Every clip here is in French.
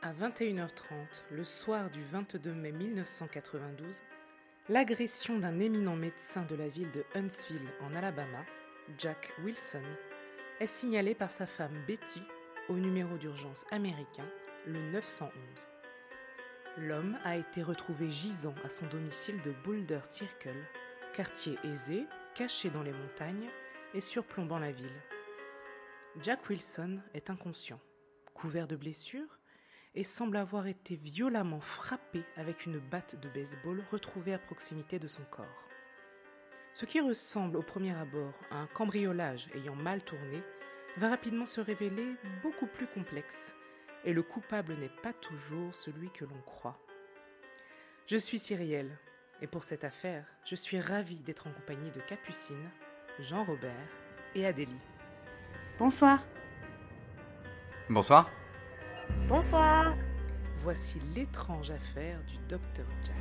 À 21h30, le soir du 22 mai 1992, l'agression d'un éminent médecin de la ville de Huntsville en Alabama, Jack Wilson, est signalée par sa femme Betty au numéro d'urgence américain, le 911. L'homme a été retrouvé gisant à son domicile de Boulder Circle, quartier aisé, caché dans les montagnes et surplombant la ville. Jack Wilson est inconscient, couvert de blessures, et semble avoir été violemment frappé avec une batte de baseball retrouvée à proximité de son corps. Ce qui ressemble au premier abord à un cambriolage ayant mal tourné va rapidement se révéler beaucoup plus complexe, et le coupable n'est pas toujours celui que l'on croit. Je suis Cyrielle, et pour cette affaire, je suis ravie d'être en compagnie de Capucine, Jean-Robert et Adélie. Bonsoir. Bonsoir. Bonsoir. Voici l'étrange affaire du Dr Jack.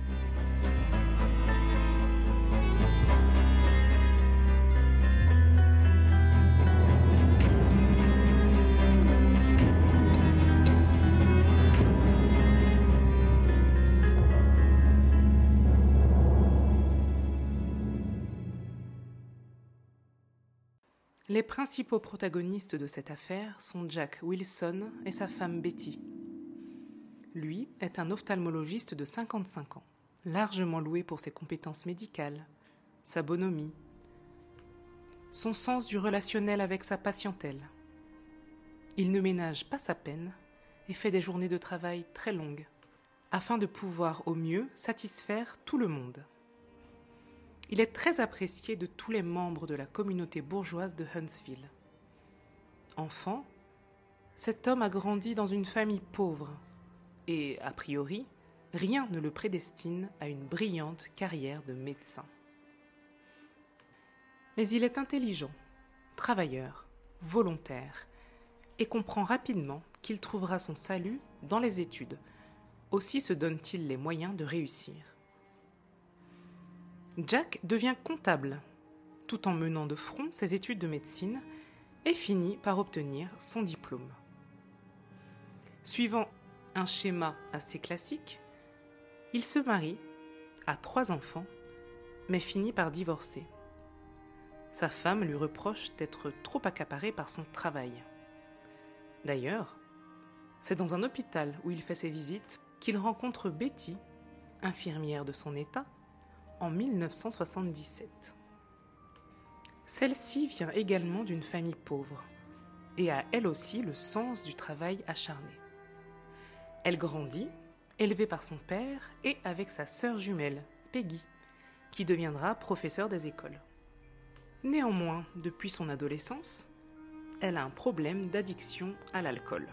Les principaux protagonistes de cette affaire sont Jack Wilson et sa femme Betty. Lui est un ophtalmologiste de 55 ans, largement loué pour ses compétences médicales, sa bonhomie, son sens du relationnel avec sa patientèle. Il ne ménage pas sa peine et fait des journées de travail très longues, afin de pouvoir au mieux satisfaire tout le monde. Il est très apprécié de tous les membres de la communauté bourgeoise de Huntsville. Enfant, cet homme a grandi dans une famille pauvre et, a priori, rien ne le prédestine à une brillante carrière de médecin. Mais il est intelligent, travailleur, volontaire et comprend rapidement qu'il trouvera son salut dans les études. Aussi se donne-t-il les moyens de réussir. Jack devient comptable, tout en menant de front ses études de médecine et finit par obtenir son diplôme. Suivant un schéma assez classique, il se marie, a 3 enfants, mais finit par divorcer. Sa femme lui reproche d'être trop accaparée par son travail. D'ailleurs, c'est dans un hôpital où il fait ses visites qu'il rencontre Betty, infirmière de son état, en 1977. Celle-ci vient également d'une famille pauvre et a elle aussi le sens du travail acharné. Elle grandit, élevée par son père et avec sa sœur jumelle, Peggy, qui deviendra professeure des écoles. Néanmoins, depuis son adolescence, elle a un problème d'addiction à l'alcool.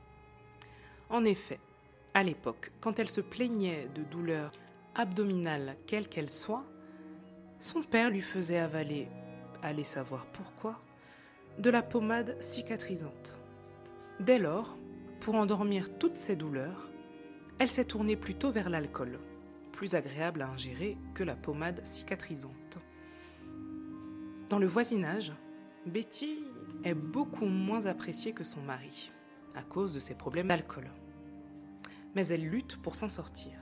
En effet, à l'époque, quand elle se plaignait de douleurs abdominale quelle qu'elle soit, son père lui faisait avaler, allez savoir pourquoi, de la pommade cicatrisante. Dès lors, pour endormir toutes ses douleurs, elle s'est tournée plutôt vers l'alcool, plus agréable à ingérer que la pommade cicatrisante. Dans le voisinage, Betty est beaucoup moins appréciée que son mari, à cause de ses problèmes d'alcool. Mais elle lutte pour s'en sortir.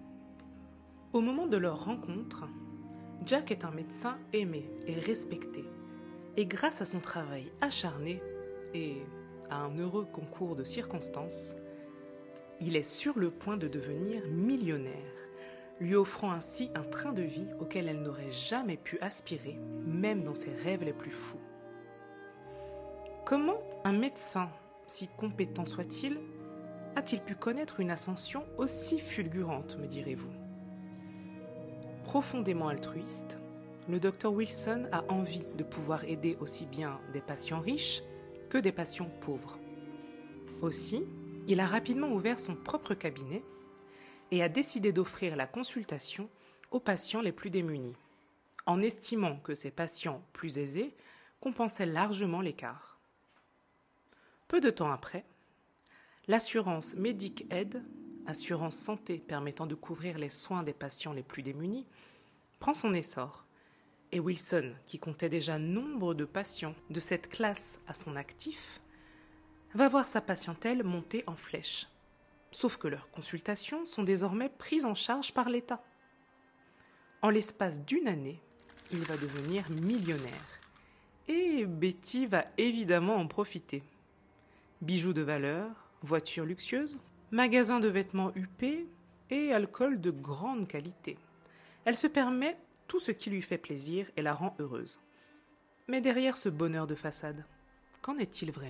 Au moment de leur rencontre, Jack est un médecin aimé et respecté. Et grâce à son travail acharné et à un heureux concours de circonstances, il est sur le point de devenir millionnaire, lui offrant ainsi un train de vie auquel elle n'aurait jamais pu aspirer, même dans ses rêves les plus fous. Comment un médecin, si compétent soit-il, a-t-il pu connaître une ascension aussi fulgurante, me direz-vous ? Profondément altruiste, le Dr Wilson a envie de pouvoir aider aussi bien des patients riches que des patients pauvres. Aussi, il a rapidement ouvert son propre cabinet et a décidé d'offrir la consultation aux patients les plus démunis, en estimant que ces patients plus aisés compensaient largement l'écart. Peu de temps après, l'assurance Medicaid, assurance santé permettant de couvrir les soins des patients les plus démunis, prend son essor. Et Wilson, qui comptait déjà nombre de patients de cette classe à son actif, va voir sa patientèle monter en flèche, sauf que leurs consultations sont désormais prises en charge par l'État. En l'espace d'une année, il va devenir millionnaire. Et Betty va évidemment en profiter. Bijoux de valeur, voitures luxueuses, magasins de vêtements huppés et alcool de grande qualité. Elle se permet tout ce qui lui fait plaisir et la rend heureuse. Mais derrière ce bonheur de façade, qu'en est-il vraiment ?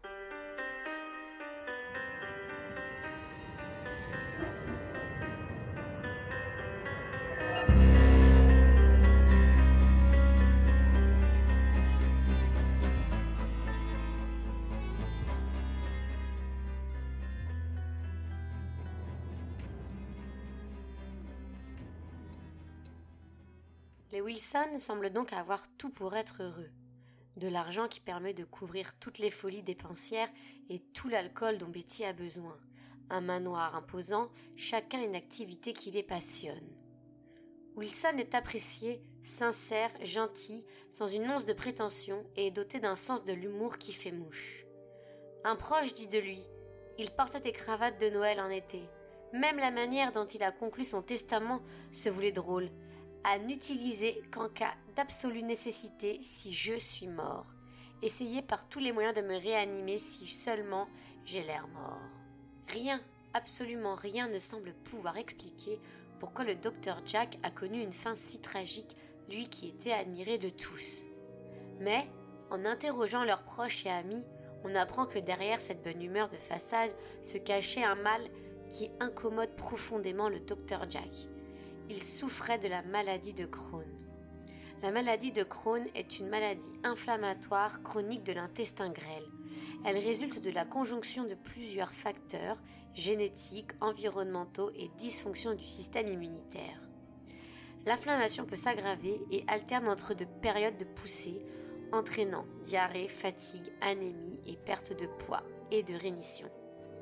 Les Wilson semblent donc avoir tout pour être heureux. De l'argent qui permet de couvrir toutes les folies dépensières et tout l'alcool dont Betty a besoin. Un manoir imposant, chacun une activité qui les passionne. Wilson est apprécié, sincère, gentil, sans une once de prétention et est doté d'un sens de l'humour qui fait mouche. Un proche dit de lui « Il portait des cravates de Noël en été. Même la manière dont il a conclu son testament se voulait drôle. À n'utiliser qu'en cas d'absolue nécessité si je suis mort. Essayez par tous les moyens de me réanimer si seulement j'ai l'air mort. » Rien, absolument rien ne semble pouvoir expliquer pourquoi le docteur Jack a connu une fin si tragique, lui qui était admiré de tous. Mais, en interrogeant leurs proches et amis, on apprend que derrière cette bonne humeur de façade se cachait un mal qui incommode profondément le docteur Jack. Il souffrait de la maladie de Crohn. La maladie de Crohn est une maladie inflammatoire chronique de l'intestin grêle. Elle résulte de la conjonction de plusieurs facteurs génétiques, environnementaux et dysfonctions du système immunitaire. L'inflammation peut s'aggraver et alterne entre deux périodes de poussée, entraînant diarrhée, fatigue, anémie et perte de poids et de rémission.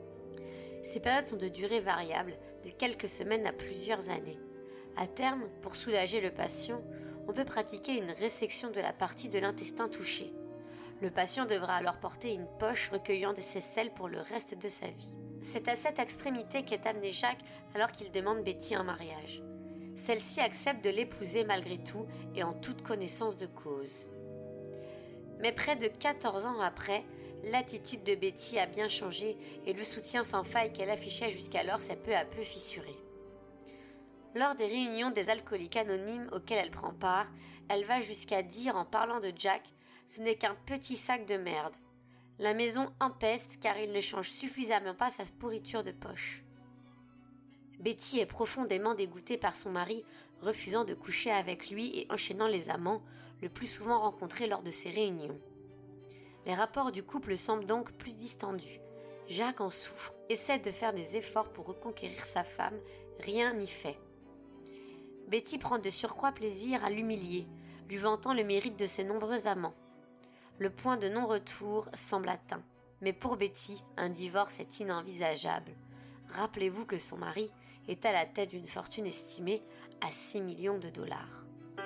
Ces périodes sont de durée variable, de quelques semaines à plusieurs années. À terme, pour soulager le patient, on peut pratiquer une résection de la partie de l'intestin touchée. Le patient devra alors porter une poche recueillant ses selles pour le reste de sa vie. C'est à cette extrémité qu'est amené Jacques alors qu'il demande Betty en mariage. Celle-ci accepte de l'épouser malgré tout et en toute connaissance de cause. Mais près de 14 ans après, l'attitude de Betty a bien changé et le soutien sans faille qu'elle affichait jusqu'alors s'est peu à peu fissuré. Lors des réunions des alcooliques anonymes auxquelles elle prend part, elle va jusqu'à dire en parlant de Jack « Ce n'est qu'un petit sac de merde ». La maison empeste car il ne change suffisamment pas sa pourriture de poche. Betty est profondément dégoûtée par son mari, refusant de coucher avec lui et enchaînant les amants, le plus souvent rencontrés lors de ces réunions. Les rapports du couple semblent donc plus distendus. Jacques en souffre, essaie de faire des efforts pour reconquérir sa femme, rien n'y fait. Betty prend de surcroît plaisir à l'humilier, lui vantant le mérite de ses nombreux amants. Le point de non-retour semble atteint, mais pour Betty, un divorce est inenvisageable. Rappelez-vous que son mari est à la tête d'une fortune estimée à 6 millions de dollars.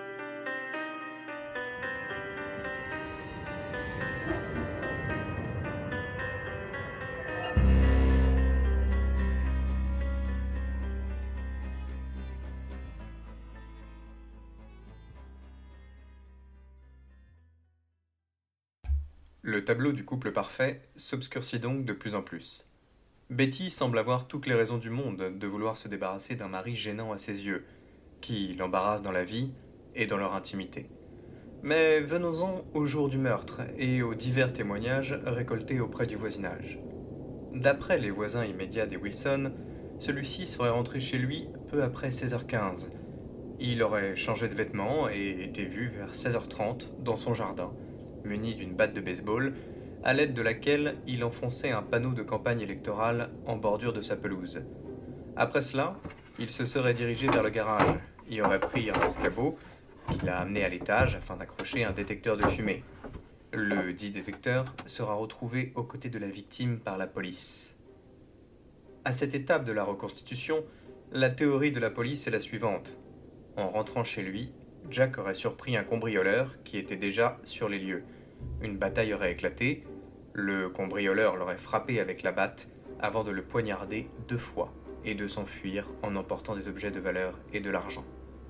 Le tableau du couple parfait s'obscurcit donc de plus en plus. Betty semble avoir toutes les raisons du monde de vouloir se débarrasser d'un mari gênant à ses yeux, qui l'embarrasse dans la vie et dans leur intimité. Mais venons-en au jour du meurtre et aux divers témoignages récoltés auprès du voisinage. D'après les voisins immédiats des Wilson, celui-ci serait rentré chez lui peu après 16h15. Il aurait changé de vêtements et été vu vers 16h30 dans son jardin, muni d'une batte de baseball, à l'aide de laquelle il enfonçait un panneau de campagne électorale en bordure de sa pelouse. Après cela, il se serait dirigé vers le garage, y aurait pris un escabeau, qu'il a amené à l'étage afin d'accrocher un détecteur de fumée. Le dit détecteur sera retrouvé aux côtés de la victime par la police. À cette étape de la reconstitution, la théorie de la police est la suivante. En rentrant chez lui, Jack aurait surpris un cambrioleur qui était déjà sur les lieux. Une bataille aurait éclaté, le cambrioleur l'aurait frappé avec la batte avant de le poignarder 2 fois et de s'enfuir en emportant des objets de valeur et de l'argent.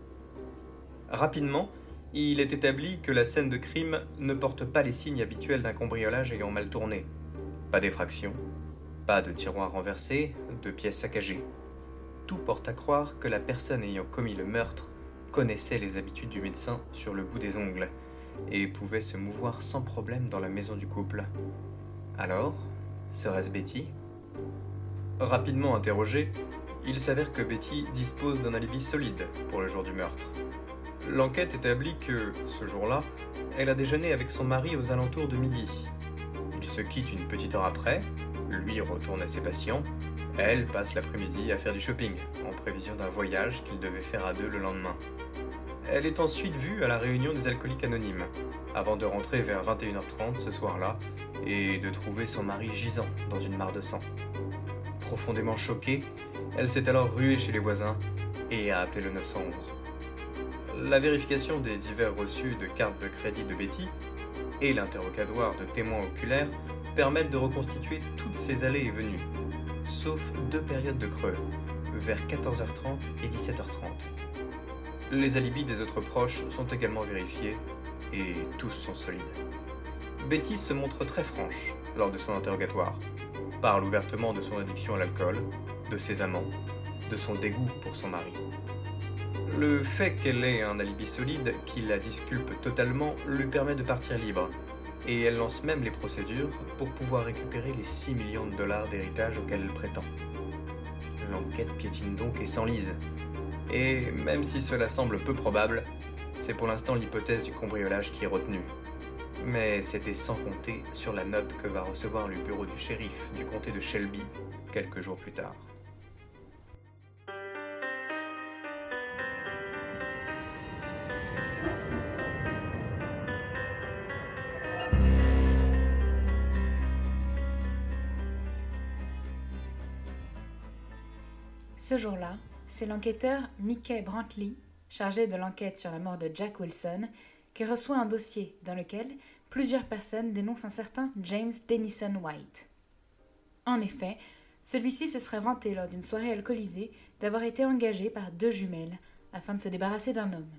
Rapidement, il est établi que la scène de crime ne porte pas les signes habituels d'un cambriolage ayant mal tourné. Pas d'effraction, pas de tiroir renversé, de pièces saccagées. Tout porte à croire que la personne ayant commis le meurtre connaissait les habitudes du médecin sur le bout des ongles et pouvait se mouvoir sans problème dans la maison du couple. Alors, serait-ce Betty ? Rapidement interrogée, il s'avère que Betty dispose d'un alibi solide pour le jour du meurtre. L'enquête établit que, ce jour-là, elle a déjeuné avec son mari aux alentours de midi. Ils se quittent une petite heure après, lui retourne à ses patients, elle passe l'après-midi à faire du shopping, en prévision d'un voyage qu'ils devaient faire à 2 le lendemain. Elle est ensuite vue à la réunion des alcooliques anonymes, avant de rentrer vers 21h30 ce soir-là et de trouver son mari gisant dans une mare de sang. Profondément choquée, elle s'est alors ruée chez les voisins et a appelé le 911. La vérification des divers reçus de cartes de crédit de Betty et l'interrogatoire de témoins oculaires permettent de reconstituer toutes ces allées et venues, sauf 2 périodes de creux, vers 14h30 et 17h30. Les alibis des autres proches sont également vérifiés et tous sont solides. Betty se montre très franche lors de son interrogatoire, parle ouvertement de son addiction à l'alcool, de ses amants, de son dégoût pour son mari. Le fait qu'elle ait un alibi solide qui la disculpe totalement lui permet de partir libre, et elle lance même les procédures pour pouvoir récupérer les 6 millions de dollars d'héritage auxquels elle prétend. L'enquête piétine donc et s'enlise, et même si cela semble peu probable, c'est pour l'instant l'hypothèse du cambriolage qui est retenue. Mais c'était sans compter sur la note que va recevoir le bureau du shérif du comté de Shelby quelques jours plus tard. Ce jour-là, c'est l'enquêteur Mickey Brantley, chargé de l'enquête sur la mort de Jack Wilson, qui reçoit un dossier dans lequel plusieurs personnes dénoncent un certain James Denison White. En effet, celui-ci se serait vanté lors d'une soirée alcoolisée d'avoir été engagé par 2 jumelles afin de se débarrasser d'un homme.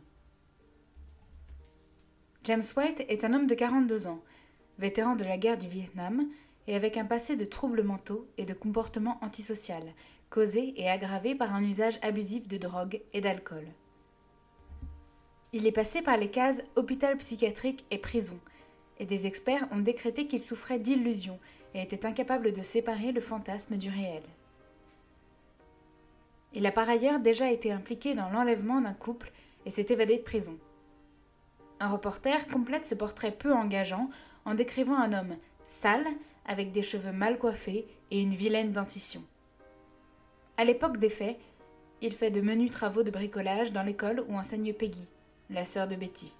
James White est un homme de 42 ans, vétéran de la guerre du Vietnam et avec un passé de troubles mentaux et de comportement antisocial, causé et aggravé par un usage abusif de drogue et d'alcool. Il est passé par les cases hôpital psychiatrique et prison, et des experts ont décrété qu'il souffrait d'illusions et était incapable de séparer le fantasme du réel. Il a par ailleurs déjà été impliqué dans l'enlèvement d'un couple et s'est évadé de prison. Un reporter complète ce portrait peu engageant en décrivant un homme sale, avec des cheveux mal coiffés et une vilaine dentition. À l'époque des faits, il fait de menus travaux de bricolage dans l'école où enseigne Peggy, la sœur de Betty.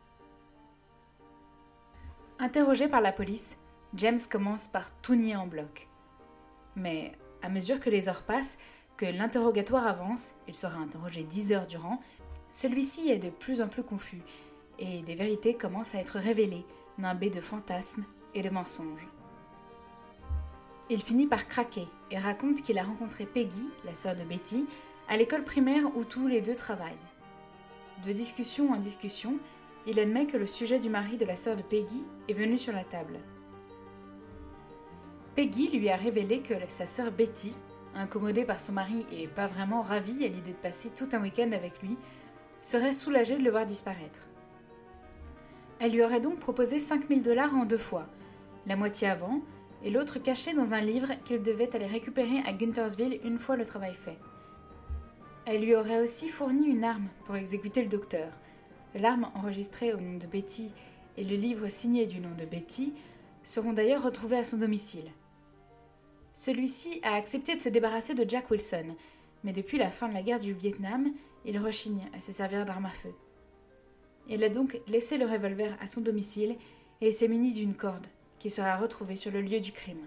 Interrogé par la police, James commence par tout nier en bloc. Mais à mesure que les heures passent, que l'interrogatoire avance, il sera interrogé 10 heures durant, celui-ci est de plus en plus confus et des vérités commencent à être révélées, nimbées de fantasmes et de mensonges. Il finit par craquer et raconte qu'il a rencontré Peggy, la sœur de Betty, à l'école primaire où tous les deux travaillent. De discussion en discussion, il admet que le sujet du mari de la sœur de Peggy est venu sur la table. Peggy lui a révélé que sa sœur Betty, incommodée par son mari et pas vraiment ravie à l'idée de passer tout un week-end avec lui, serait soulagée de le voir disparaître. Elle lui aurait donc proposé 5 000 $ en 2 fois, la moitié avant et l'autre cachée dans un livre qu'il devait aller récupérer à Guntersville une fois le travail fait. Elle lui aurait aussi fourni une arme pour exécuter le docteur. L'arme enregistrée au nom de Betty et le livre signé du nom de Betty seront d'ailleurs retrouvés à son domicile. Celui-ci a accepté de se débarrasser de Jack Wilson, mais depuis la fin de la guerre du Vietnam, il rechigne à se servir d'arme à feu. Il a donc laissé le revolver à son domicile et s'est muni d'une corde qui sera retrouvée sur le lieu du crime.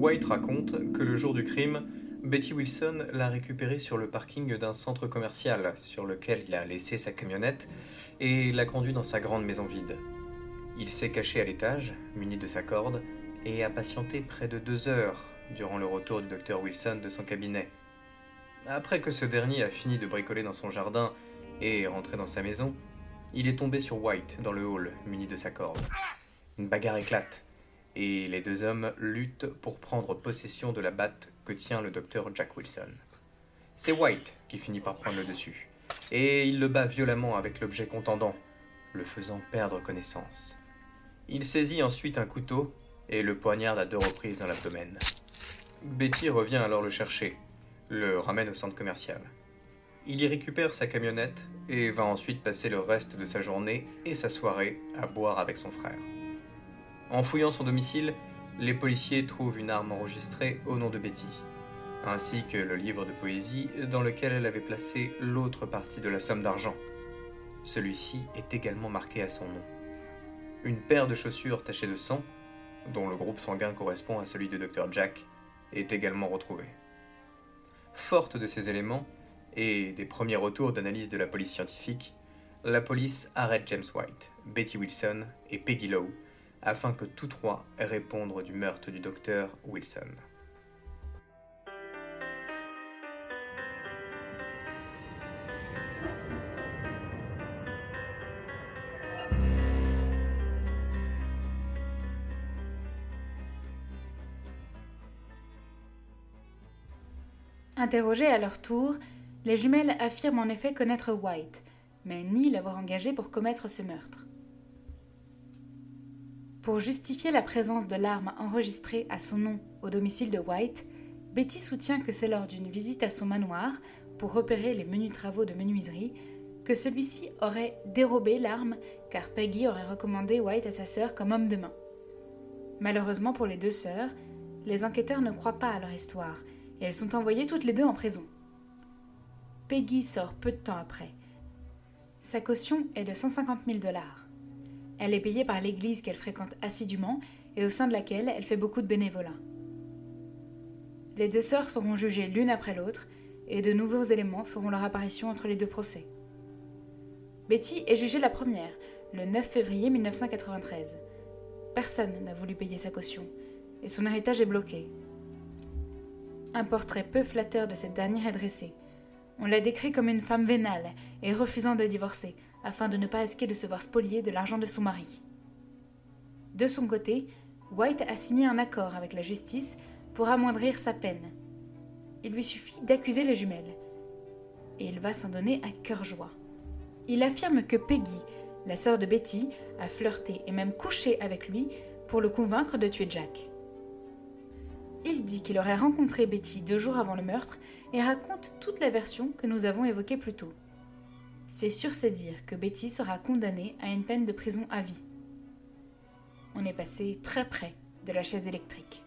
White raconte que le jour du crime, Betty Wilson l'a récupéré sur le parking d'un centre commercial sur lequel il a laissé sa camionnette et l'a conduit dans sa grande maison vide. Il s'est caché à l'étage, muni de sa corde, et a patienté près de 2 heures durant le retour du docteur Wilson de son cabinet. Après que ce dernier a fini de bricoler dans son jardin et est rentré dans sa maison, il est tombé sur White dans le hall, muni de sa corde. Une bagarre éclate, et les 2 hommes luttent pour prendre possession de la batte que tient le docteur Jack Wilson. C'est White qui finit par prendre le dessus, et il le bat violemment avec l'objet contendant, le faisant perdre connaissance. Il saisit ensuite un couteau et le poignarde à 2 reprises dans l'abdomen. Betty revient alors le chercher, le ramène au centre commercial. Il y récupère sa camionnette et va ensuite passer le reste de sa journée et sa soirée à boire avec son frère. En fouillant son domicile, les policiers trouvent une arme enregistrée au nom de Betty, ainsi que le livre de poésie dans lequel elle avait placé l'autre partie de la somme d'argent. Celui-ci est également marqué à son nom. Une paire de chaussures tachées de sang, dont le groupe sanguin correspond à celui de Dr. Jack, est également retrouvée. Forte de ces éléments, et des premiers retours d'analyse de la police scientifique, la police arrête James White, Betty Wilson et Peggy Lowe, afin que tous 3 répondent du meurtre du docteur Wilson. Interrogées à leur tour, les jumelles affirment en effet connaître White, mais nient l'avoir engagé pour commettre ce meurtre. Pour justifier la présence de l'arme enregistrée à son nom au domicile de White, Betty soutient que c'est lors d'une visite à son manoir, pour repérer les menus travaux de menuiserie, que celui-ci aurait dérobé l'arme car Peggy aurait recommandé White à sa sœur comme homme de main. Malheureusement pour les 2 sœurs, les enquêteurs ne croient pas à leur histoire et elles sont envoyées toutes les 2 en prison. Peggy sort peu de temps après. Sa caution est de 150 000 $. Elle est payée par l'église qu'elle fréquente assidûment et au sein de laquelle elle fait beaucoup de bénévolat. Les 2 sœurs seront jugées l'une après l'autre et de nouveaux éléments feront leur apparition entre les 2 procès. Betty est jugée la première, le 9 février 1993. Personne n'a voulu payer sa caution et son héritage est bloqué. Un portrait peu flatteur de cette dernière est dressé. On l'a décrit comme une femme vénale et refusant de divorcer, afin de ne pas risquer de se voir spolier de l'argent de son mari. De son côté, White a signé un accord avec la justice pour amoindrir sa peine. Il lui suffit d'accuser les jumelles. Et il va s'en donner à cœur joie. Il affirme que Peggy, la sœur de Betty, a flirté et même couché avec lui pour le convaincre de tuer Jack. Il dit qu'il aurait rencontré Betty 2 jours avant le meurtre et raconte toute la version que nous avons évoquée plus tôt. C'est sur ces dires que Betty sera condamnée à une peine de prison à vie. On est passé très près de la chaise électrique.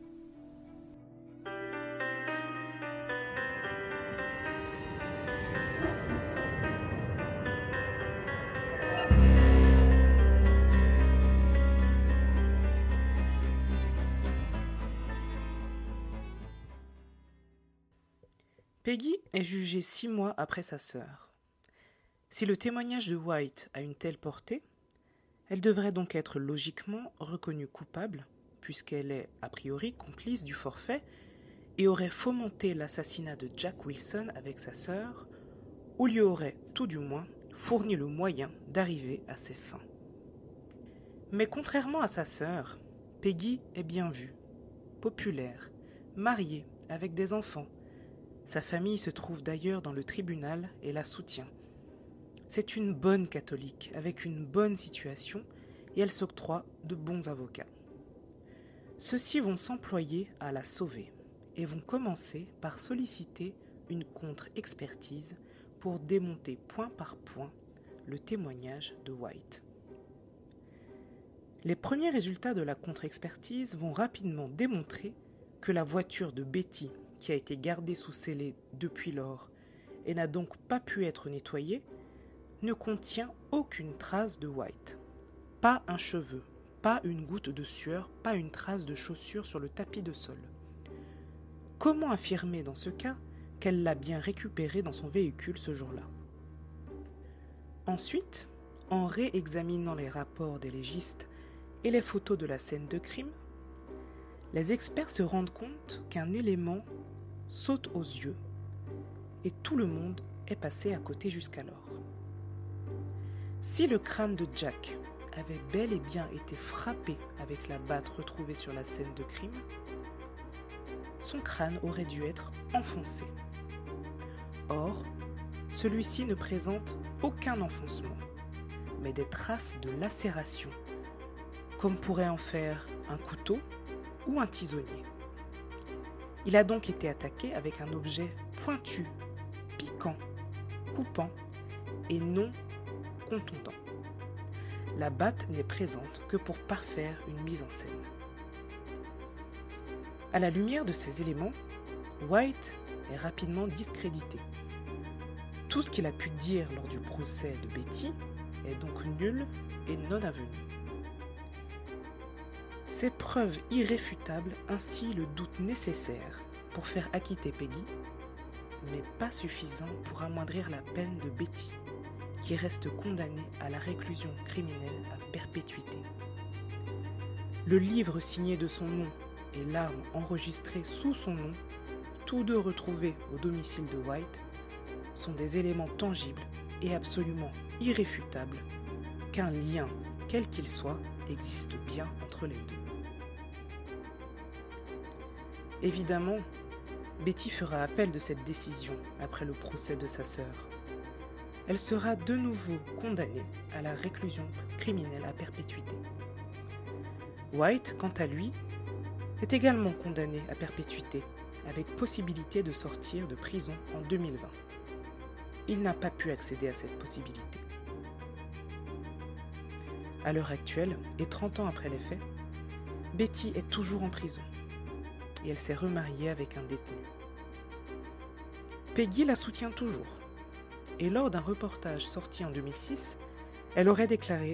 Peggy est jugée 6 mois après sa sœur. Si le témoignage de White a une telle portée, elle devrait donc être logiquement reconnue coupable, puisqu'elle est a priori complice du forfait et aurait fomenté l'assassinat de Jack Wilson avec sa sœur, ou lui aurait, tout du moins, fourni le moyen d'arriver à ses fins. Mais contrairement à sa sœur, Peggy est bien vue, populaire, mariée, avec des enfants. Sa famille se trouve d'ailleurs dans le tribunal et la soutient. C'est une bonne catholique, avec une bonne situation, et elle s'octroie de bons avocats. Ceux-ci vont s'employer à la sauver, et vont commencer par solliciter une contre-expertise pour démonter point par point le témoignage de White. Les premiers résultats de la contre-expertise vont rapidement démontrer que la voiture de Betty, qui a été gardée sous scellé depuis lors et n'a donc pas pu être nettoyée, ne contient aucune trace de White. Pas un cheveu, Pas une goutte de sueur, pas une trace de chaussure sur le tapis de sol. Comment affirmer dans ce cas qu'elle l'a bien récupéré dans son véhicule ce jour-là? Ensuite, en réexaminant les rapports des légistes et les photos de la scène de crime, les experts se rendent compte qu'un élément saute aux yeux et tout le monde est passé à côté jusqu'alors. Si le crâne de Jack avait bel et bien été frappé avec la batte retrouvée sur la scène de crime, son crâne aurait dû être enfoncé. Or, celui-ci ne présente aucun enfoncement, mais des traces de lacération, comme pourrait en faire un couteau ou un tisonnier. Il a donc été attaqué avec un objet pointu, piquant, coupant et non contondant. La batte n'est présente que pour parfaire une mise en scène. À la lumière de ces éléments, White est rapidement discrédité. Tout ce qu'il a pu dire lors du procès de Betty est donc nul et non avenu. Ces preuves irréfutables instillent le doute nécessaire pour faire acquitter Peggy, mais pas suffisant pour amoindrir la peine de Betty, qui reste condamnée à la réclusion criminelle à perpétuité. Le livre signé de son nom et l'arme enregistrée sous son nom, tous deux retrouvés au domicile de White, sont des éléments tangibles et absolument irréfutables qu'un lien, quel qu'il soit, existe bien entre les deux. Évidemment, Betty fera appel de cette décision après le procès de sa sœur. Elle sera de nouveau condamnée à la réclusion criminelle à perpétuité. White, quant à lui, est également condamné à perpétuité, avec possibilité de sortir de prison en 2020. Il n'a pas pu accéder à cette possibilité. À l'heure actuelle, et 30 ans après les faits, Betty est toujours en prison et elle s'est remariée avec un détenu. Peggy la soutient toujours et lors d'un reportage sorti en 2006, elle aurait déclaré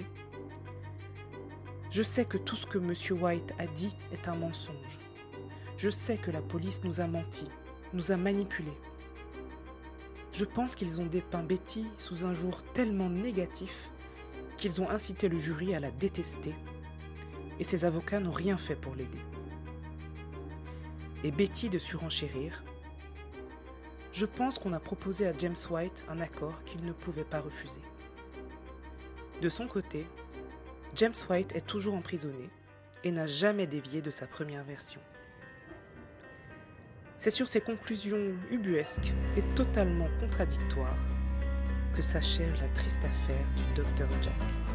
« Je sais que tout ce que M. White a dit est un mensonge. Je sais que la police nous a menti, nous a manipulés. Je pense qu'ils ont dépeint Betty sous un jour tellement négatif qu'ils ont incité le jury à la détester et ses avocats n'ont rien fait pour l'aider. » Et Betty de surenchérir. « Je pense qu'on a proposé à James White un accord qu'il ne pouvait pas refuser. » De son côté, James White est toujours emprisonné et n'a jamais dévié de sa première version. C'est sur ces conclusions ubuesques et totalement contradictoires que s'achève la triste affaire du Dr Jack.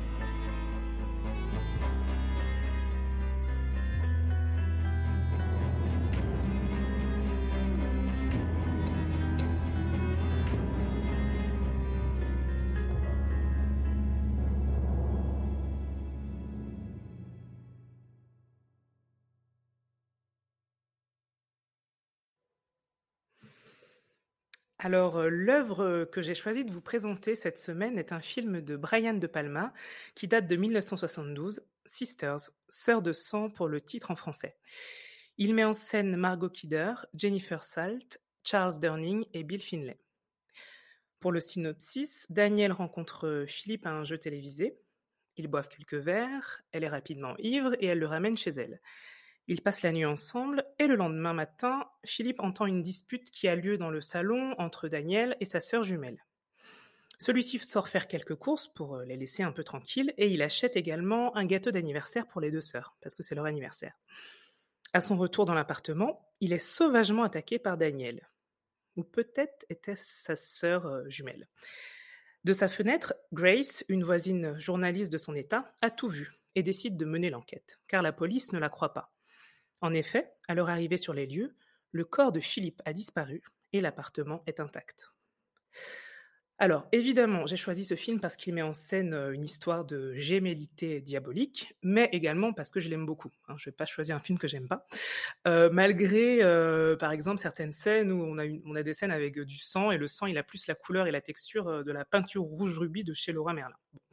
Alors, l'œuvre que j'ai choisi de vous présenter cette semaine est un film de Brian De Palma qui date de 1972, Sisters, Sœurs de sang pour le titre en français. Il met en scène Margot Kidder, Jennifer Salt, Charles Durning et Bill Finlay. Pour le synopsis, Danielle rencontre Philippe à un jeu télévisé. Ils boivent quelques verres, elle est rapidement ivre et elle le ramène chez elle. Ils passent la nuit ensemble et le lendemain matin, Philippe entend une dispute qui a lieu dans le salon entre Daniel et sa sœur jumelle. Celui-ci sort faire quelques courses pour les laisser un peu tranquilles et il achète également un gâteau d'anniversaire pour les deux sœurs, parce que c'est leur anniversaire. À son retour dans l'appartement, il est sauvagement attaqué par Daniel. Ou peut-être était-ce sa sœur jumelle. De sa fenêtre, Grace, une voisine journaliste de son état, a tout vu et décide de mener l'enquête, car la police ne la croit pas. En effet, à leur arrivée sur les lieux, le corps de Philippe a disparu et l'appartement est intact. Alors, évidemment, j'ai choisi ce film parce qu'il met en scène une histoire de gémellité diabolique, mais également parce que je l'aime beaucoup. Je ne vais pas choisir un film que j'aime pas, malgré, par exemple, certaines scènes où on a des scènes avec du sang, et le sang, il a plus la couleur et la texture de la peinture rouge rubis de chez Leroy Merlin. Bon.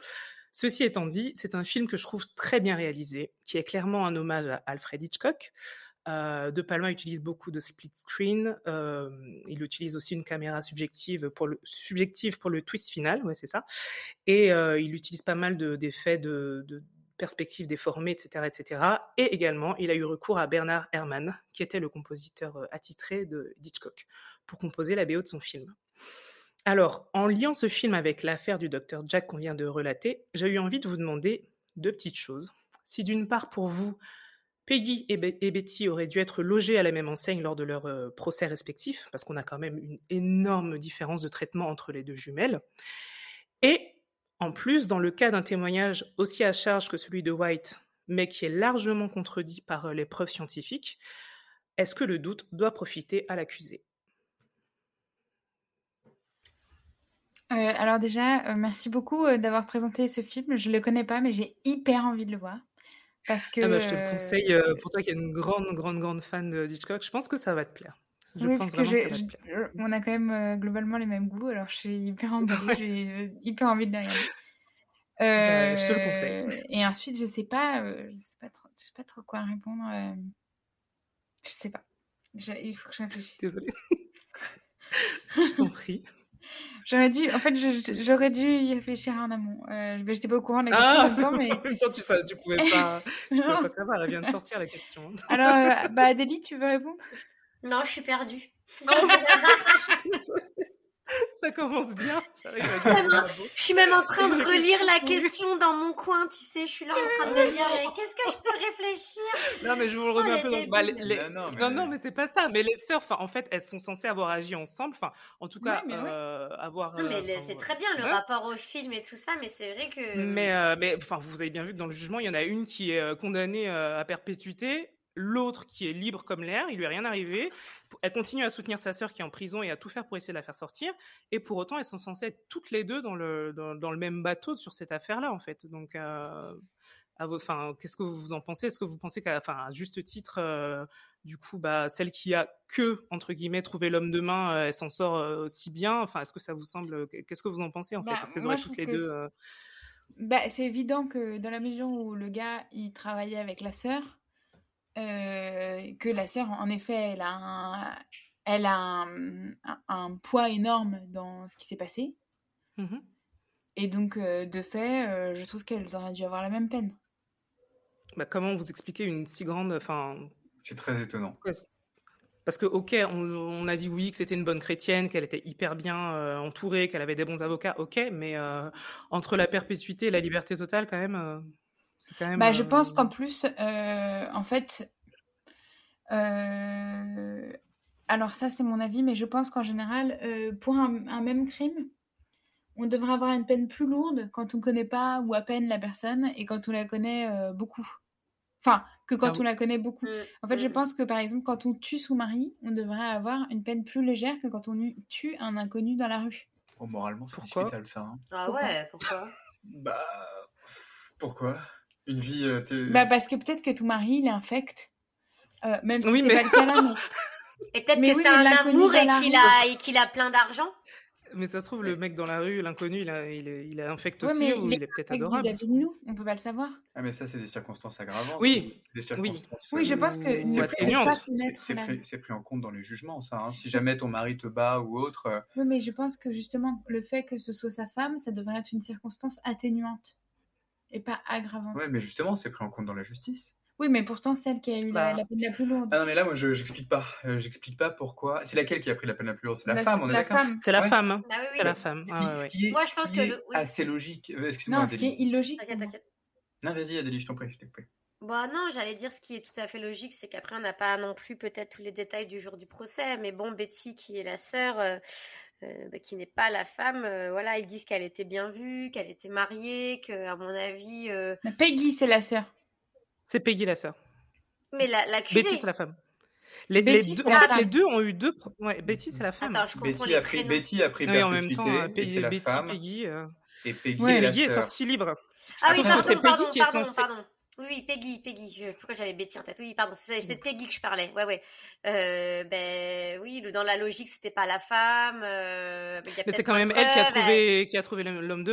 Ceci étant dit, c'est un film que je trouve très bien réalisé, qui est clairement un hommage à Alfred Hitchcock. De Palma utilise beaucoup de split screen. Il utilise aussi une caméra subjective pour le twist final, ouais, c'est ça. Et il utilise pas mal d'effets de perspectives déformées, etc., etc. Et également, il a eu recours à Bernard Herrmann, qui était le compositeur attitré d'Hitchcock, pour composer la BO de son film. Alors, en liant ce film avec l'affaire du Dr Jack qu'on vient de relater, j'ai eu envie de vous demander 2 petites choses. Si d'une part, pour vous, Peggy et Betty auraient dû être logées à la même enseigne lors de leurs procès respectifs, parce qu'on a quand même une énorme différence de traitement entre les 2 jumelles. Et en plus, dans le cas d'un témoignage aussi à charge que celui de White, mais qui est largement contredit par les preuves scientifiques, est-ce que le doute doit profiter à l'accusé ? Alors déjà, merci beaucoup d'avoir présenté ce film. Je le connais pas, mais j'ai hyper envie de le voir. Parce que, je te le conseille, pour toi qui es une grande fan d'Hitchcock, je pense que ça va te plaire. Oui, parce que on a quand même globalement les mêmes goûts, alors je suis hyper emballée, j'ai hyper envie de le regarder. Je te le conseille. Et ensuite, je sais pas trop quoi répondre. Je sais pas. Il faut que je réfléchisse. Désolée. Je t'en prie. J'aurais dû y réfléchir en amont. J'étais pas au courant de la question en même temps, mais... En même temps, tu pouvais pas savoir, elle vient de sortir la question. Alors, Adélie, tu veux répondre ? Non, je suis perdue. Ça commence bien. Je suis même en train de relire la question dans mon coin, tu sais, je suis là en train de me dire qu'est-ce que je peux réfléchir. Non, mais je vous le remets un peu dans... Non, mais c'est pas ça. Mais les sœurs, en fait, elles sont censées avoir agi ensemble. Enfin, en tout cas, avoir... Non, mais c'est très bien le rapport au film et tout ça, mais c'est vrai que... Mais enfin, vous avez bien vu que dans le jugement, il y en a une qui est condamnée à perpétuité, l'autre qui est libre comme l'air, il lui est rien arrivé. Elle continue à soutenir sa sœur qui est en prison et à tout faire pour essayer de la faire sortir. Et pour autant, elles sont censées être toutes les deux dans le même bateau sur cette affaire-là, en fait. Donc, qu'est-ce que vous en pensez ? Est-ce que vous pensez qu'à juste titre, du coup, celle qui a entre guillemets, trouvé l'homme de main, elle s'en sort aussi bien ? Enfin, est-ce que ça vous semble... Qu'est-ce que vous en pensez, en fait ? Est-ce qu'elles auraient toutes les deux... c'est évident que dans la mesure où le gars, il travaillait avec la sœur, que la sœur, en effet, elle a un poids énorme dans ce qui s'est passé. Mm-hmm. Et donc, de fait, je trouve qu'elles auraient dû avoir la même peine. Comment vous expliquez une si grande... C'est très étonnant. Parce que, ok, on a dit oui, que c'était une bonne chrétienne, qu'elle était hyper bien entourée, qu'elle avait des bons avocats, ok, mais entre la perpétuité et la liberté totale, quand même... c'est quand même, je pense qu'en plus, en fait, alors ça c'est mon avis, mais je pense qu'en général, pour un même crime, on devrait avoir une peine plus lourde quand on ne connaît pas ou à peine la personne et quand on la connaît beaucoup. Enfin, que quand on la connaît beaucoup. En fait, je pense que par exemple, quand on tue son mari, on devrait avoir une peine plus légère que quand on tue un inconnu dans la rue. Oh, moralement, c'est discutable ça. Hein. Ah ouais, pourquoi ? Pourquoi ? Une vie... parce que peut-être que ton mari, il est infect. Même si c'est pas le cas là, mais... Et peut-être que c'est un amour et qu'il a plein d'argent. Mais ça se trouve, le mec dans la rue, l'inconnu, il a infect aussi, ou il est peut-être adorable. Vis-à-vis de nous, on peut pas le savoir. Ah, mais ça, c'est des circonstances aggravantes. Oui, des circonstances, oui, je pense que c'est pris en compte dans les jugements, ça. Hein. Si jamais ton mari te bat ou autre... Oui, mais je pense que justement, le fait que ce soit sa femme, ça devrait être une circonstance atténuante et pas aggravante. Oui, mais justement, c'est pris en compte dans la justice. Oui, mais pourtant, celle qui a eu la peine la plus lourde. Ah non, mais là, moi, j'explique pas. J'explique pas pourquoi. C'est laquelle qui a pris la peine la plus lourde ? C'est la femme, on est d'accord ? C'est la femme. Ah, oui. C'est la femme. Ce qui est, moi, je pense que assez logique. Excuse-moi, non, ce qui est illogique. T'inquiète. Non, vas-y, Adélie, je t'en prie. Non, j'allais dire ce qui est tout à fait logique, c'est qu'après, on n'a pas non plus peut-être tous les détails du jour du procès. Mais bon, Betty, qui est la sœur... qui n'est pas la femme, ils disent qu'elle était bien vue, qu'elle était mariée, qu'à mon avis... Peggy, c'est la sœur. C'est Peggy, la sœur. Mais l'accusée... Betty, c'est la femme. Les deux ont eu deux... Ouais, Betty, c'est la femme. Attends, je confonds les prénoms. Betty a pris perpétuité, et c'est la femme. Peggy, et Peggy est la sœur. Peggy est sortie libre. Ah oui, pardon. Oui, Peggy. Pourquoi j'avais Betty en tête ? Oui, pardon, c'est de Peggy que je parlais. Ouais. Oui, dans la logique, c'était pas la femme. Mais c'est quand même elle qui a trouvé l'homme de main.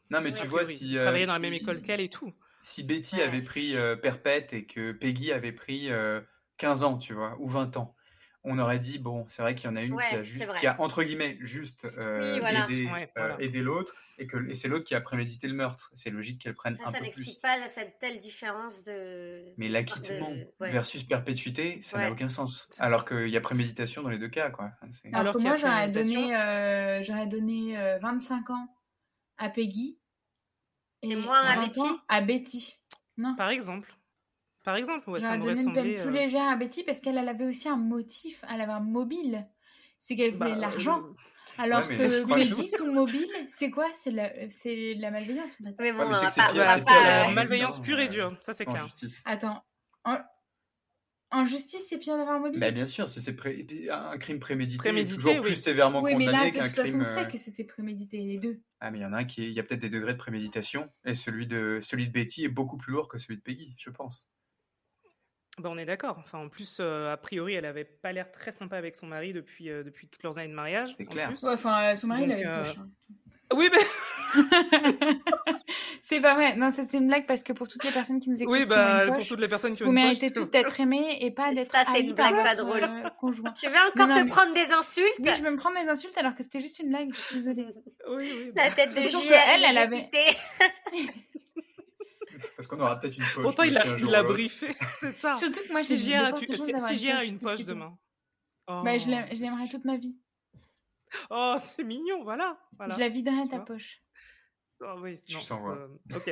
Non, mais Oui, tu a vois, priori. si, Il travaillait dans la même école qu'elle et tout. si Betty Ouais. avait pris perpète et que Peggy avait pris 15 ans, tu vois, ou 20 ans, on aurait dit, bon, c'est vrai qu'il y en a une Ouais, c'est vrai. qui a, entre guillemets, juste Oui, voilà. aidé l'autre, et c'est l'autre qui a prémédité le meurtre. C'est logique qu'elle prenne un Ça peu n'explique plus. pas cette telle différence de... Mais l'acquittement Ouais. versus perpétuité, ça n'a Ouais. aucun sens. Alors qu'il y a préméditation dans les deux cas, quoi. Alors Alors que qu'il y a moi, préméditation. j'aurais donné 25 ans à Peggy Et moins à 20 Betty ans à Betty. Non. Par exemple, ouais, ça J'aurais m'aurait donné une peine semblé. plus légère à Betty parce qu'elle avait aussi un motif, elle avait un mobile. C'est qu'elle voulait de l'argent. Alors mais que je crois que- Peggy, son mobile, c'est quoi? C'est de la malveillance. En fait. Mais bon, Ouais, mais on c'est va que c'est pas... pire- on va c'est C'est pire pas, la d'avoir un malveillance mobile, pure et dure, ça c'est en clair. justice. Attends, en justice, c'est pire d'avoir un mobile? Bah, bien sûr, si c'est un crime prémédité, Prémédité, toujours oui. plus sévèrement Oui, mais là, condamné de qu'un toute façon, crime. on sait que c'était prémédité, les deux. Ah, mais il y en a un il y a peut-être des degrés de préméditation, et celui de Betty est beaucoup plus lourd que celui de Peggy, je pense. Bah, on est d'accord. Enfin, en plus, a priori, elle avait pas l'air très sympa avec son mari depuis toutes leurs années de mariage. C'est en clair. plus. Ouais, enfin, son mari, il Donc, avait une poche. Hein. Oui, mais C'est pas vrai. Non, c'est une blague parce que pour toutes les personnes qui nous écoutent, oui, qui ont une bah, pour poche, toutes les personnes qui ont vous une poche, méritez toutes d'être aimées et pas d'être Ça, c'est haïes une par blague pas votre, drôle. conjoint. Tu veux encore Non, te mais- prendre des insultes? Oui, je vais me prendre des insultes alors que c'était juste une blague. Je suis désolée. Oui, La bah. tête de Surtout JR, que elle est avait- dépitée. Parce qu'on aura peut-être une poche. Pourtant, il aussi un jour l'a ou l'autre. briefé, c'est ça. Surtout que moi, Si j'ai JR des a fortes chances d'avoir si JR a poche une plus poche que toi. demain. Oh, Bah, je l'aimerais toute ma vie. oh, c'est mignon, voilà. Je la viderai Tu ta vois. poche. Oh, oui, Je non, sens, ouais. ok.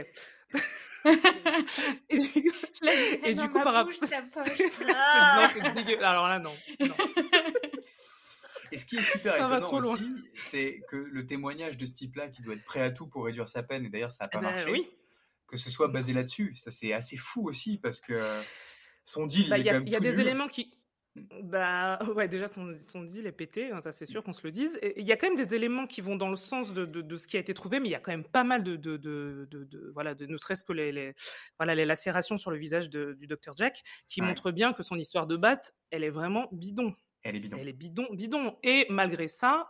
Je Et la viderai du dans coup, ma par bouche, rapport. ta poche. Non, c'est dégueu. Alors là, non. Et ce qui est super Ça va étonnant trop loin. aussi, c'est que le témoignage de ce type-là, qui doit être prêt à tout pour réduire sa peine, et d'ailleurs ça n'a pas Eh ben, marché, oui. que ce soit basé là-dessus, ça c'est assez fou aussi, parce que son deal, Bah, il est quand même il y a tout des nul. éléments qui. Bah ouais, déjà son deal est pété, hein, ça c'est sûr qu'on se le dise. Et il y a quand même des éléments qui vont dans le sens de ce qui a été trouvé, mais il y a quand même pas mal voilà, ne serait-ce que les lacérations sur le visage du Dr Jack, qui Ouais. montrent bien que son histoire de batte, elle est vraiment bidon. Elle est bidon. Elle est bidon. Et malgré ça,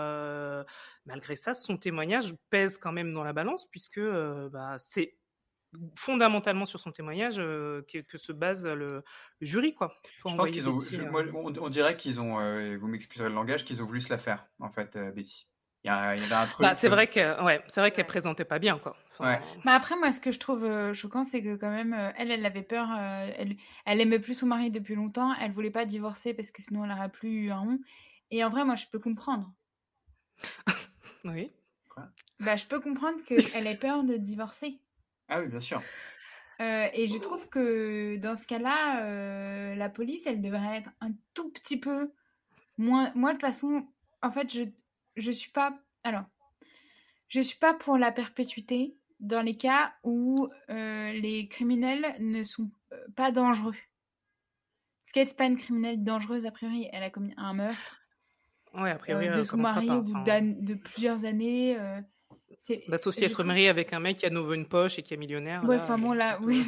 son témoignage pèse quand même dans la balance, puisque c'est fondamentalement sur son témoignage que se base le jury, quoi. Je pense qu'ils ont. On dirait qu'ils ont. Vous m'excuserez le langage, qu'ils ont voulu se la faire, en fait, Betty. Il y avait un truc. C'est vrai qu'elle présentait pas bien, quoi. Ouais. Bah après, moi, ce que je trouve choquant, c'est que quand même, elle avait peur. Elle aimait plus son mari depuis longtemps. Elle voulait pas divorcer parce que sinon, elle aurait plus eu un rond. Et en vrai, moi, je peux comprendre. Oui. Bah, je peux comprendre qu'elle ait peur de divorcer. Ah oui, bien sûr. Et je trouve que dans ce cas-là, la police, elle devrait être un tout petit peu moins. Moi, de toute façon, en fait, je suis pas. Alors, je suis pas pour la perpétuité dans les cas où les criminels ne sont pas dangereux. Parce qu'elle, c'est pas une criminelle dangereuse a priori. Elle a commis un meurtre. Ouais, a priori, de son mari au bout de plusieurs années. Sauf si elle se remarie avec un mec qui a de nouveau une poche et qui est millionnaire. Ouais, là, enfin bon, là, oui.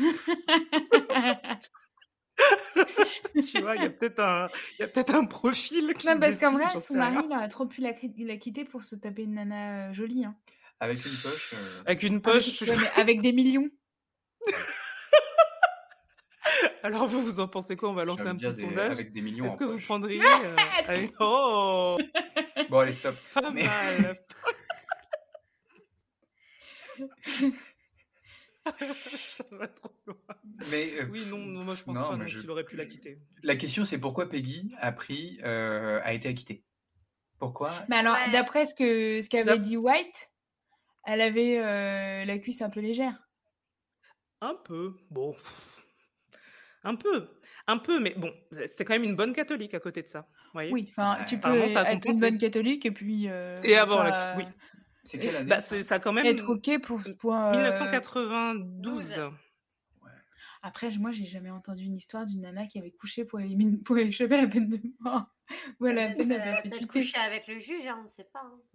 Tu vois, il y a peut-être un profil qui Non, se parce qu'en dessine, vrai, j'en son sais rien. mari, il aurait trop pu la quitter pour se taper une nana jolie. Hein. Avec une poche. Avec une poche. Avec des millions. Alors vous en pensez quoi? On va lancer un petit sondage. Avec des millions. Est-ce que vous poche. prendriez avec... Oh, Bon, allez, stop. pas mal. Ça va trop loin. Mais, Oui, non, moi je pense pas qu'il aurait pu la quitter. La question, c'est pourquoi Peggy a été acquittée. Pourquoi? Mais alors, d'après ce qu'avait dit White, elle avait la cuisse un peu légère. Un peu, bon. Un peu, mais bon, c'était quand même une bonne catholique à côté de ça. Voyez, oui, enfin, tu peux être une bonne catholique et puis... et avoir oui. C'est quelle année? Ça a quand même... Être OK pour 1992. Ouais. Après, moi, j'ai jamais entendu une histoire d'une nana qui avait couché pour échapper à la peine de mort. Ou à la peine de peut-être coucher avec le juge, on ne sait pas. Hein.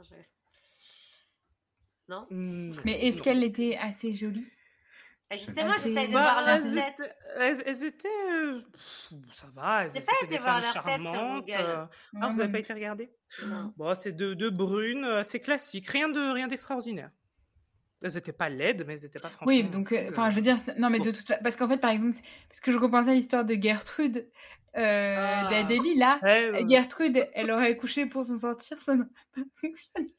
Non. Mais est-ce qu'elle était assez jolie? Justement, j'essaie de voir leur tête. Elles étaient... ça va, elles étaient des femmes charmantes. Ah, vous n'avez pas été regarder? Non. Bon, c'est deux brunes, c'est classique, rien d'extraordinaire. Elles étaient pas laides, mais elles étaient pas franchement. Oui, donc, je veux dire, non, mais de toute façon, parce qu'en fait, par exemple, parce que je repensais à l'histoire de Gertrude, d'Adélie, là. Ouais, Gertrude, elle aurait couché pour s'en sortir, ça n'a pas fonctionné.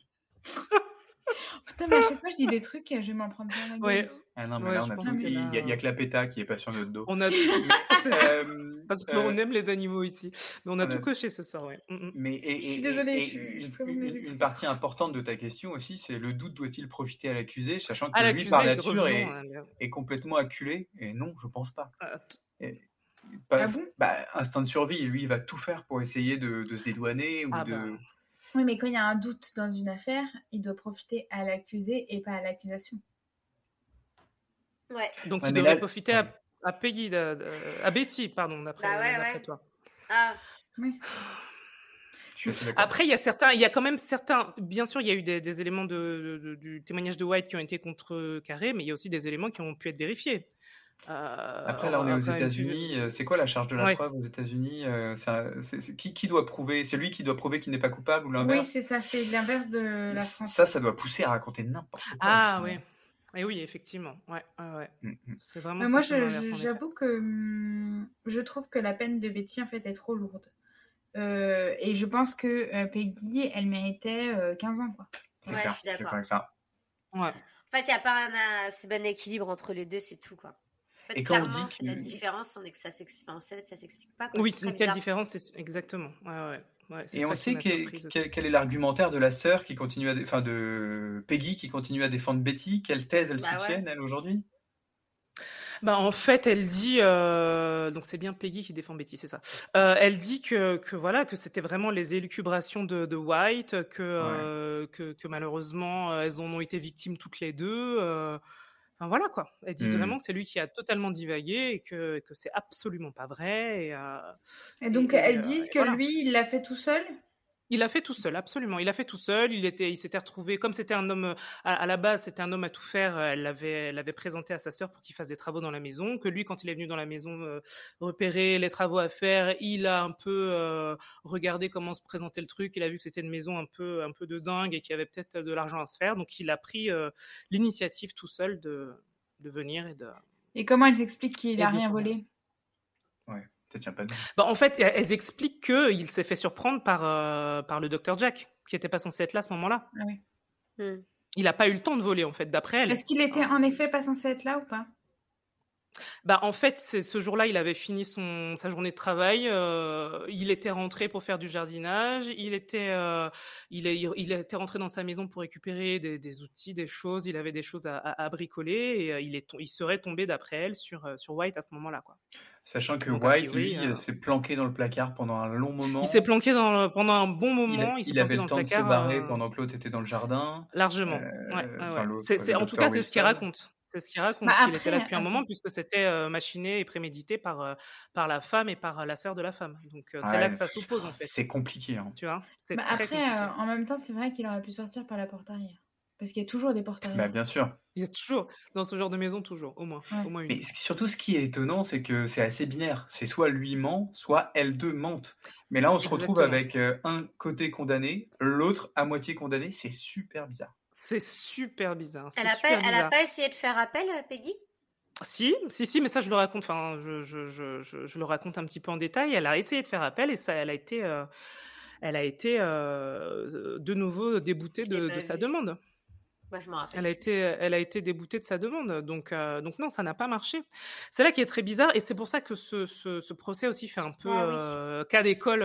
Putain, mais à chaque fois, je dis des trucs, je vais m'en prendre plein la gueule. ouais. Ah non, mais Ouais, là, je on a pense tout- que il là, y a que la péta qui est pas sur notre dos. On a parce Euh, qu'on aime les animaux ici. Mais on a on tout a- coché ce soir, ouais. Mais Je suis désolée, et je présente mes une excuses. partie importante de ta question aussi, c'est le doute doit-il profiter à l'accusé, sachant que À lui, par l'accusé, nature, revenons, hein, est complètement acculé. Et non, je pense pas. t- Ah bon ? Instinct de survie, lui, il va tout faire pour essayer de se dédouaner ou Ah de. bah. Oui, mais quand il y a un doute dans une affaire, il doit profiter à l'accusé et pas à l'accusation. Ouais. Donc Ouais, il mais devrait là- profiter à Peggy, à Betty, pardon, d'après Ouais. toi. Ah, Oui. Je suis assez d'accord. Après, il y a quand même certains. Bien sûr, il y a eu des éléments du témoignage de White qui ont été contrecarrés, mais il y a aussi des éléments qui ont pu être vérifiés. Après, là, on est aux États-Unis. C'est quoi la charge de la Ouais. preuve aux États-Unis qui doit prouver? C'est lui qui doit prouver qu'il n'est pas coupable ou l'inverse? Oui, c'est ça, c'est l'inverse de la France. Ça doit pousser à raconter n'importe quoi. Ah aussi, oui. hein. Et oui, effectivement. Ouais. C'est vraiment. Mais moi, fonctionne l'inverse, en effet. j'avoue que je trouve que la peine de Betty, en fait, est trop lourde. Et je pense que Peggy, elle méritait 15 ans, quoi. C'est Ouais, clair, je suis d'accord. avec ça. Ouais. en fait, il n'y a pas un assez bon équilibre entre les deux, c'est tout, quoi. En fait, Et quand on clairement, dit c'est la que- différence, on est que ça s'explique, ça s'explique pas, quoi. Oui, c'est c'est une très telle bizarre. différence, exactement. Ouais, c'est Et ça on qui sait m'a surprise aussi. quel est l'argumentaire de la sœur qui continue de Peggy qui continue à défendre Betty. Quelle thèse elle Bah ouais. soutienne, elle, aujourd'hui? Bah en fait, elle dit donc c'est bien Peggy qui défend Betty, c'est ça. Elle dit que voilà que c'était vraiment les élucubrations de White, que malheureusement elles en ont été victimes toutes les deux. Enfin voilà quoi. Elles disent vraiment que c'est lui qui a totalement divagué et que c'est absolument pas vrai. Et donc, elles disent que voilà. lui, il l'a fait tout seul. Il l'a fait tout seul, absolument. Il l'a fait tout seul. Il s'était retrouvé, comme c'était un homme, à la base, c'était un homme à tout faire. Elle l'avait présenté à sa sœur pour qu'il fasse des travaux dans la maison. Que lui, quand il est venu dans la maison repérer les travaux à faire, il a un peu regardé comment se présentait le truc. Il a vu que c'était une maison un peu de dingue et qu'il y avait peut-être de l'argent à se faire. Donc, il a pris l'initiative tout seul de venir et de. Et comment elles expliquent qu'il Et a de rien combien volé? Ouais, ça tient pas de. Bah, en fait, elles expliquent qu'il s'est fait surprendre par le docteur Jack, qui n'était pas censé être là à ce moment-là. Ah oui. Il n'a pas eu le temps de voler, en fait, d'après elle. Est-ce qu'il était en effet pas censé être là ou pas? Bah, en fait, ce jour-là, il avait fini sa journée de travail. Il était rentré pour faire du jardinage. Il était rentré dans sa maison pour récupérer des outils, des choses. Il avait des choses à bricoler et il serait tombé, d'après elle, sur White à ce moment-là, quoi. Sachant que Donc, a White, priori, lui, s'est planqué dans le placard pendant un long moment. Il s'est planqué pendant un bon moment. Il avait le temps de se placard, barrer pendant que l'autre était dans le jardin. largement. Enfin, l'autre, C'est le en tout docteur cas, c'est ce qu'il Wilson. raconte. C'est ce qu'il raconte, Bah, qu'il était là après, depuis un moment, puisque c'était machiné et prémédité par la femme et par la sœur de la femme. Donc c'est Ouais, là que ça s'oppose, en fait. C'est compliqué. Hein. Tu vois, c'est Bah, très après, compliqué. en même temps, c'est vrai qu'il aurait pu sortir par la porte arrière. Parce qu'il y a toujours des portes Bah, arrière. bien sûr. Il y a toujours, dans ce genre de maison, toujours, au moins une. Mais surtout, ce qui est étonnant, c'est que c'est assez binaire. C'est soit lui ment, soit elles deux mentent. Mais là, on se retrouve avec un côté condamné, l'autre à moitié condamné. C'est super bizarre. C'est super bizarre. Elle a pas essayé de faire appel, Peggy? Si, mais ça je le raconte. Enfin, je le raconte un petit peu en détail. Elle a essayé de faire appel et ça, elle a été de nouveau déboutée de sa demande. Moi, je m'en rappelle. Elle a été déboutée de sa demande, donc non, ça n'a pas marché. C'est là qui est très bizarre, et c'est pour ça que ce procès aussi fait un peu cas d'école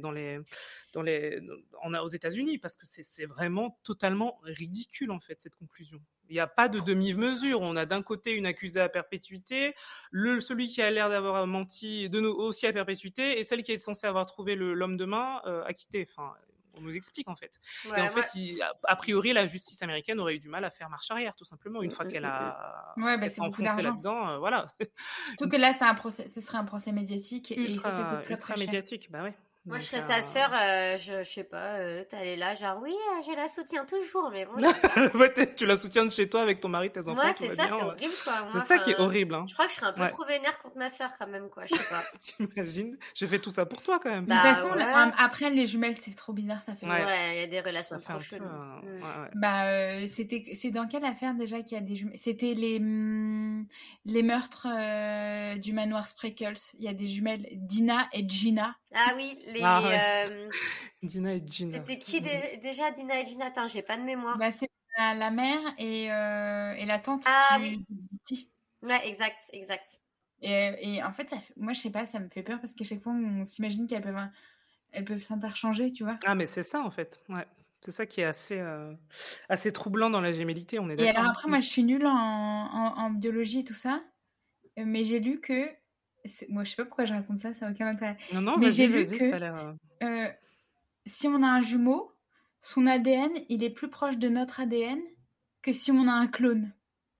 aux États-Unis, parce que c'est vraiment totalement ridicule en fait cette conclusion. Il n'y a pas de demi-mesure. On a d'un côté une accusée à perpétuité, celui qui a l'air d'avoir menti aussi à perpétuité, et celle qui est censée avoir trouvé l'homme de main acquitté. Enfin, on nous explique en fait. Ouais, et en fait, a priori, la justice américaine aurait eu du mal à faire marche arrière, tout simplement, une fois qu'elle s'est enfoncée là-dedans. Voilà. Surtout que là, c'est un procès, ce serait un procès médiatique et ça coûte très ultra très cher. médiatique, bah ouais. Moi, je Donc, serais sa sœur, je sais pas, elle est là, genre, oui, je la soutiens toujours, mais bon. Ouais, tu la soutiens de chez toi avec ton mari, tes enfants, Moi, tout c'est va ça, bien, c'est ouais. horrible, quoi. C'est Moi, ça qui est horrible, hein. je crois que je serais un peu Ouais. trop vénère contre ma sœur, quand même, quoi. Je sais pas. T'imagines? J'ai fait tout ça pour toi, quand même. De toute Bah, façon, ouais. après, les jumelles, c'est trop bizarre, ça fait Ouais. Ouais, il y a des relations Ça fait trop un peu... cheloues. ouais. Bah, c'est dans quelle affaire déjà qu'il y a des jumelles? C'était les meurtres du manoir Spreckles. Il y a des jumelles, Dina et Gina. Ah oui, Ah ouais. Dina et Gina. C'était qui déjà, Dina et Gina? Attends, j'ai pas de mémoire. Bah, c'est la mère et la tante Ah du oui. petit. Ouais, exact. Et en fait, moi, je sais pas, ça me fait peur parce qu'à chaque fois, on s'imagine elles peuvent s'interchanger, tu vois. Ah, mais c'est ça, en fait. Ouais. C'est ça qui est assez troublant dans la gémellité, on est Et d'accord. alors après, moi, je suis nulle en biologie et tout ça, mais j'ai lu que... Moi, je sais pas pourquoi je raconte ça, ça n'a aucun intérêt. Non, mais j'ai vas-y, lu que ça a l'air... si on a un jumeau, son ADN, il est plus proche de notre ADN que si on a un clone.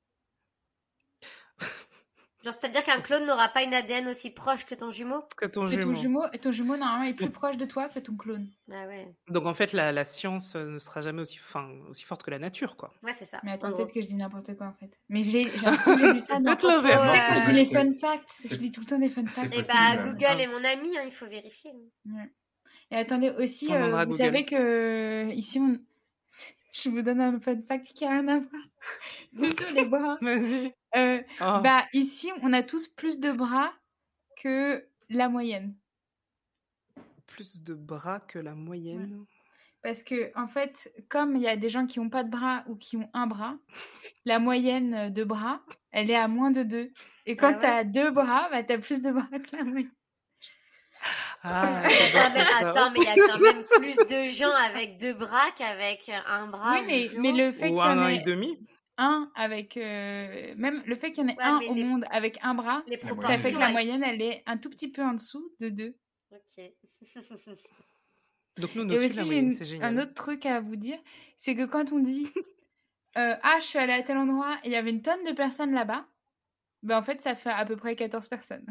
Genre, c'est-à-dire qu'un clone n'aura pas une ADN aussi proche que ton jumeau? Que ton Ton jumeau. jumeau, normalement, est plus proche de toi que ton clone. Ah ouais. Donc, en fait, la science ne sera jamais aussi forte que la nature, quoi. Ouais, c'est ça. Mais attends, En peut-être gros. que je dis n'importe quoi, en fait. Mais j'ai l'impression que j'ai lu ça dans... peut-être l'inverse. Tu sais, quand je dis les c'est- fun facts, c'est- je lis tout le temps des fun facts. c'est Eh possible. bah, Google est mon ami, hein, il faut vérifier. Et attendez, aussi, On demandera à vous Google. savez que ici, je vous donne un fun fact qui a rien à voir. C'est sur les bras. Vas-y. Oh. Bah, ici, on a tous plus de bras que la moyenne. Plus de bras que la moyenne. Parce que, en fait, comme il y a des gens qui n'ont pas de bras ou qui ont un bras, la moyenne de bras, elle est à moins de 2. Et quand Ah ouais tu as 2 bras, bah, tu as plus de bras que la moyenne. Ah, Attends, mais il y a quand même plus de gens avec 2 bras qu'avec un bras. Oui, mais le fait Ou qu'il y en un ait et demi. un avec... même le fait qu'il y en ait Ouais, un mais au monde avec un bras, les Ça proportions. ça fait que la elles- moyenne, elle est un tout petit peu en dessous de 2. Ok. Donc nous, Et aussi, aussi, la j'ai moyenne, c'est génial. un autre truc à vous dire, c'est que quand on dit ah, je suis allée à tel endroit et il y avait une tonne de personnes là-bas, ben en fait, ça fait à peu près 14 personnes.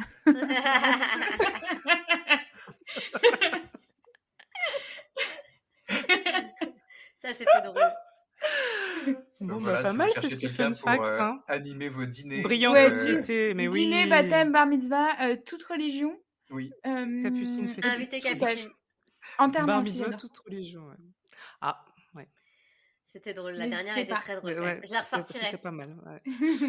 Ça, c'était drôle. Bon, Voilà, pas si mal vous ces cherchez petits quelqu'un fun pour facts, hein. animer vos dîners. Brillant Ouais, société, mais oui. Dîner, baptême, bar mitzvah, toute religion. Oui. Capucine fait Invité tout. Capucine. Enterrement Bar aussi, mitzvah, j'adore. toute religion. Ouais. Ah, ouais. C'était drôle. La N'hésitez dernière était pas. très drôle. Ouais, Je la ressortirai. C'était pas mal. Ouais.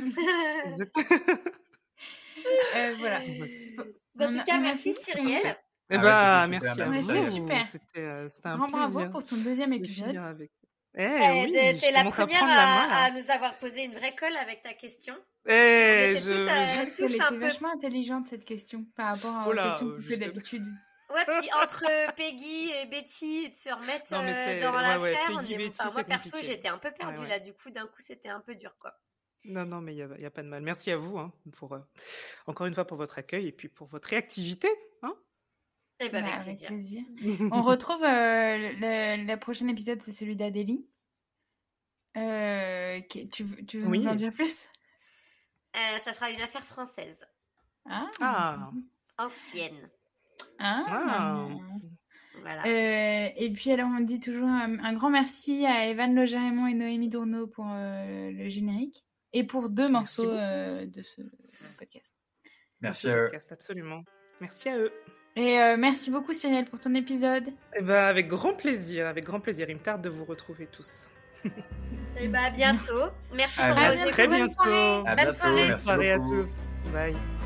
Voilà. En tout cas, merci Cyrielle. Eh Ah bah, ouais, c'était super, merci à merci, vous. Cyrielle. Super. C'était un Grand bravo plaisir pour ton deuxième de épisode. finir avec. T'es Je la commence à première prendre la main, à là. nous avoir posé une vraie colle avec ta question. On Eh, était toutes, Elle tous un était peu. vachement intelligente, cette question, par rapport Oh aux là, questions qu'on je fait sais d'habitude. Ouais, puis entre Peggy et Betty, de se remettre Non, mais c'est- dans ouais, l'affaire. Peggy, Betty, Enfin, moi, c'est perso, compliqué. j'étais un peu perdue Ouais. là. Du coup, d'un coup, c'était un peu dur, quoi. Non, mais il y a pas de mal. Merci à vous, hein, pour encore une fois pour votre accueil et puis pour votre réactivité, hein. Eh ben, Bah, avec plaisir. On retrouve le prochain épisode, c'est celui d'Adélie. Tu veux Oui. nous en dire plus? Ça sera une affaire française, Ah. ancienne. Ah. Voilà. Et puis alors on dit toujours un grand merci à Evan Logerémont et Noémie Dourneau pour le générique et pour 2 morceaux de ce podcast. Merci à eux. Podcast, absolument. Merci à eux. Et merci beaucoup Cyrielle pour ton épisode. Eh ben, avec grand plaisir, avec grand plaisir. Il me tarde de vous retrouver tous. Et bah, à bientôt. Merci À pour bientôt. vos Très écoutes. bientôt. À Bonne bientôt, soirée. Bonne merci soirée à beaucoup. tous. Bye.